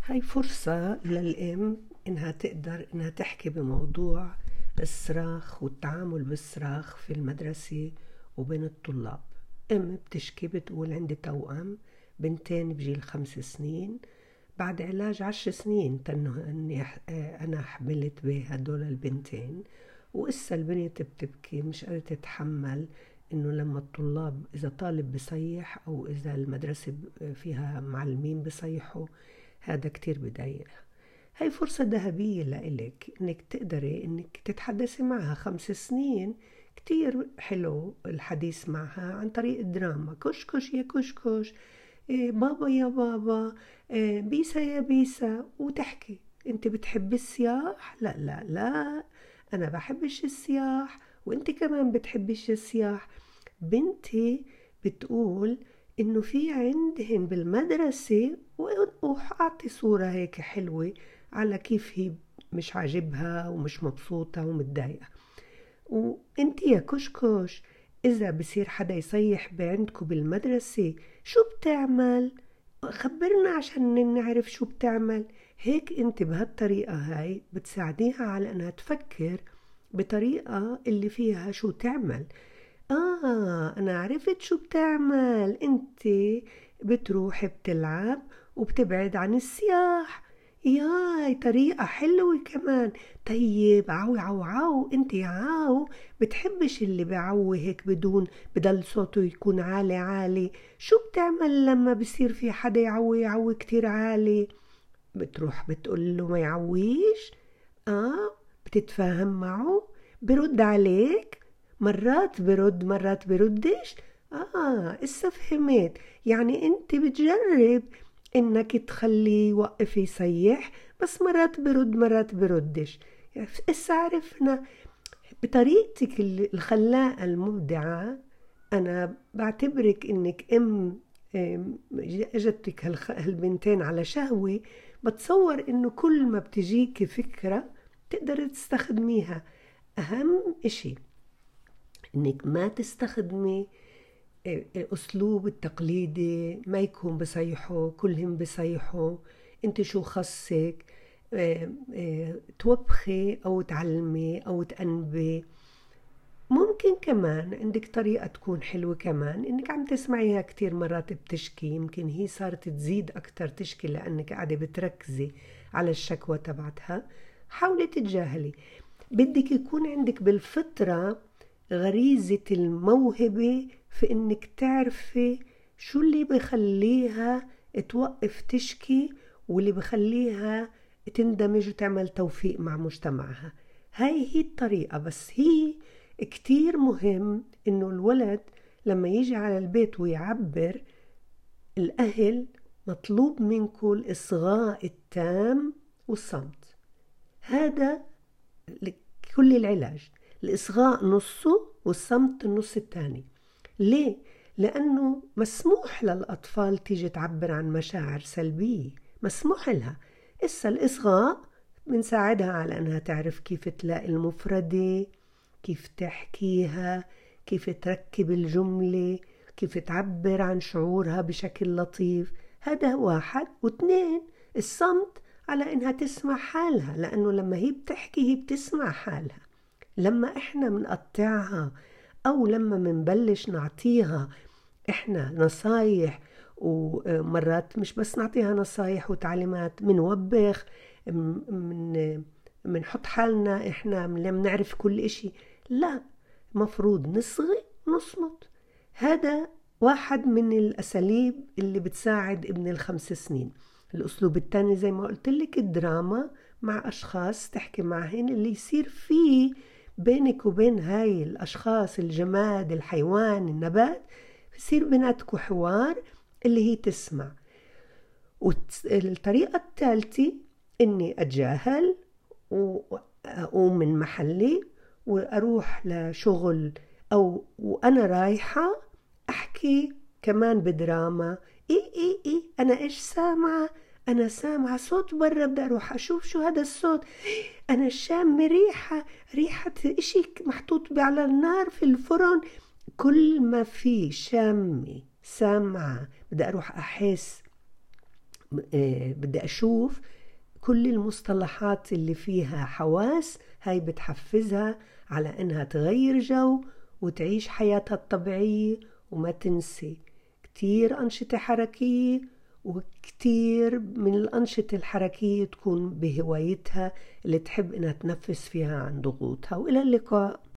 هاي فرصة للأم إنها تقدر إنها تحكي بموضوع الصراخ والتعامل بالصراخ في المدرسة وبين الطلاب. أم بتشكي بتقول عندي توأم بنتين بجيل 5 سنين، بعد علاج 10 سنين إني أنا حملت بهدول البنتين، وإسا البنت بتبكي مش قادرة تتحمل إنه لما الطلاب إذا طالب بصيح أو إذا المدرسة فيها معلمين بصيحوا، هذا كتير بضايقها. هاي فرصة ذهبية لإلك إنك تقدري إنك تتحدثي معها. 5 سنين كتير حلو الحديث معها عن طريق الدراما. كشكش يا كشكش، إيه بابا يا بابا، إيه بيسا يا بيسا، وتحكي انت بتحبي السياح؟ لا لا لا، انا بحبش السياح وانت كمان بتحبش السياح. بنتي بتقول انه في عندهم بالمدرسة، وأعطي صورة هيك حلوة على كيف هي مش عاجبها ومش مبسوطة ومتضايقة. وانت يا كشكش، اذا بصير حدا يصيح بعندكم بالمدرسة شو بتعمل؟ خبرنا عشان نعرف شو بتعمل. هيك انت بهالطريقة هاي بتساعديها على انها تفكر بطريقة اللي فيها شو تعمل. أنا عرفت شو بتعمل، أنت بتروح بتلعب وبتبعد عن السياح. ياي طريقة حلوة كمان. طيب عو عو عو، أنت عاو بتحبش اللي بعو هيك بدل صوته يكون عالي عالي. شو بتعمل لما بصير في حدا يعوي كتير عالي؟ بتروح بتقول له ما يعويش. بتتفاهم معه، برد عليك، مرات برد مرات بردش. اسا فهمت، يعني انت بتجرب انك تخليه يوقف يصيح، بس مرات برد مرات بردش. اسا عرفنا. بطريقتك الخلاقة المبدعة انا بعتبرك انك اجتك هالبنتين على شهوة. بتصور انه كل ما بتجيك فكرة تقدر تستخدميها. اهم اشي انك ما تستخدمي الاسلوب التقليدي، ما يكون بصيحوا كلهم بصيحوا، انت شو خصك. توبخي او تعلمي او تأنبي. ممكن كمان عندك طريقة تكون حلوة كمان، انك عم تسمعيها كتير مرات بتشكي، يمكن هي صارت تزيد اكتر تشكي لانك قاعدة بتركزي على الشكوى تبعتها. حاولي تتجاهلي. بدك يكون عندك بالفطرة غريزة الموهبة في انك تعرفي شو اللي بخليها توقف تشكي، واللي بخليها تندمج وتعمل توفيق مع مجتمعها. هاي هي الطريقة. بس هي كتير مهم انه الولد لما يجي على البيت ويعبر، الاهل مطلوب منكم الاصغاء التام والصمت. هذا كل العلاج. الإصغاء نصه والصمت النص الثاني. ليه؟ لأنه مسموح للأطفال تيجي تعبر عن مشاعر سلبية، مسموح لها. إسا الإصغاء بنساعدها على أنها تعرف كيف تلاقي المفردة، كيف تحكيها، كيف تركب الجملة، كيف تعبر عن شعورها بشكل لطيف. هذا واحد. واثنين، الصمت على انها تسمع حالها، لانه لما هي بتحكي هي بتسمع حالها. لما احنا منقطعها او لما منبلش نعطيها احنا نصايح، ومرات مش بس نعطيها نصايح وتعليمات، منوبخ، منحط حالنا احنا منعرف كل اشي. لا، مفروض نصغي نصمت. هذا واحد من الأساليب اللي بتساعد ابن ال5 سنين. الأسلوب الثاني زي ما قلت لك الدراما مع أشخاص تحكي معهن، اللي يصير فيه بينك وبين هاي الأشخاص، الجماد الحيوان النبات، يصير بيناتكم حوار اللي هي تسمع. والطريقة الثالثة إني أتجاهل وأقوم من محلي وأروح لشغل، أو وأنا رايحة أحكي كمان بدراما. إيه أنا إيش سامعة؟ أنا سامعة صوت برا، بدي أروح أشوف شو هذا الصوت. أنا شامة ريحة إشي محطوط على النار في الفرن. كل ما في شامة سامعة بدي أروح أحس بدي أشوف كل المصطلحات اللي فيها حواس، هاي بتحفزها على إنها تغير جو وتعيش حياتها الطبيعية، وما تنسي كتير أنشطة حركية، وكتير من الأنشطة الحركية تكون بهوايتها اللي تحب إنها تنفس فيها عن ضغوطها. وإلى اللقاء.